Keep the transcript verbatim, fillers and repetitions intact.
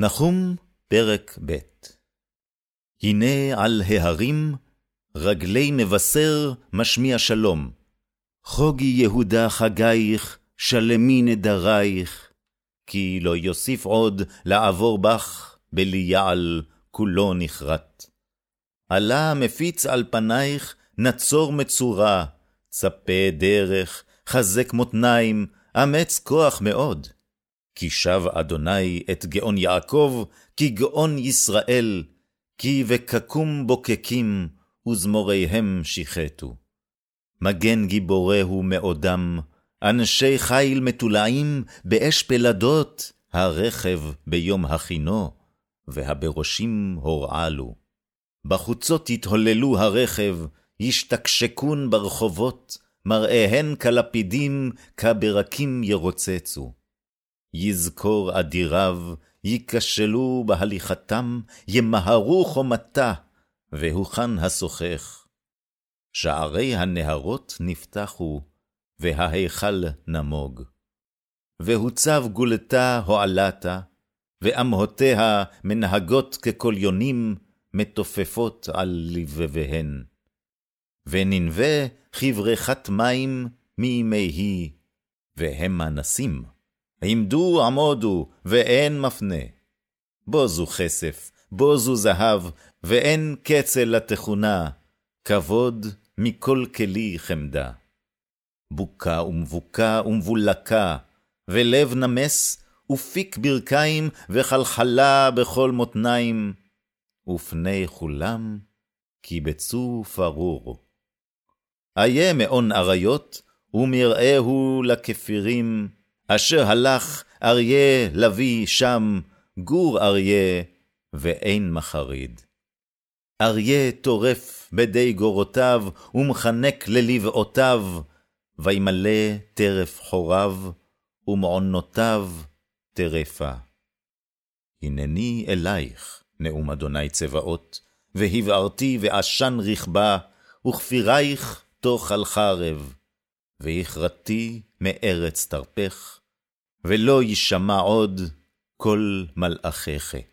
נחום פרק ב'. הנה על ההרים רגלי מבשר משמיע שלום. חוגי יהודה חגייך, שלמי נדרייך, כי לא יוסיף עוד לעבור בך, בליעל כולו נחרט. עלה מפיץ על פנייך, נצור מצורה, צפה דרך, חזק מותניים, אמץ כוח מאוד. כי שב אדוני את גאון יעקב, כי גאון ישראל, כי וקקום בוקקים, וזמוריהם שיחתו. מגן גיבורהו מאודם, אנשי חיל מתולעים, באש פלדות, הרכב ביום הכינו, והבראשים הורעלו. בחוצות יתהוללו הרכב, ישתקשקון ברחובות, מראיהן כלפידים, כברקים ירוצצו. יזכור אדיריו, ייכשלו בהליכתם, ימהרו חומתה, והוכן השוחך. שערי הנהרות נפתחו, וההיכל נמוג. והוצב גולתה הועלתה, ואמהותיה מנהגות ככל יונים, מתופפות על לבביהן. וננבה חברכת מים מימיהי, והמה נסים. עמדו עמודו, ואין מפנה. בוזו כסף, בוזו זהב, ואין קצל לתכונה, כבוד מכל כלי חמדה. בוקה ומבוקה ומבולקה, ולב נמס, ופיק ברכיים, וחלחלה בכל מותניים, ופני כולם קיבצו פרור. איה מעון אריות, ומראהו לכפירים, אשר הלך אריה לביא שם, גור אריה, ואין מחריד. אריה טורף בדי גורותיו, ומחנק ללבעותיו, וימלא טרף חוריו, ומעונותיו טרפה. הנני אלייך, נאום אדוני צבאות, והבערתי ועשן רכבה, וכפירייך תאכל חרב, והכרתי מארץ תרפך, ולא ישמע עוד כל מלאכיך.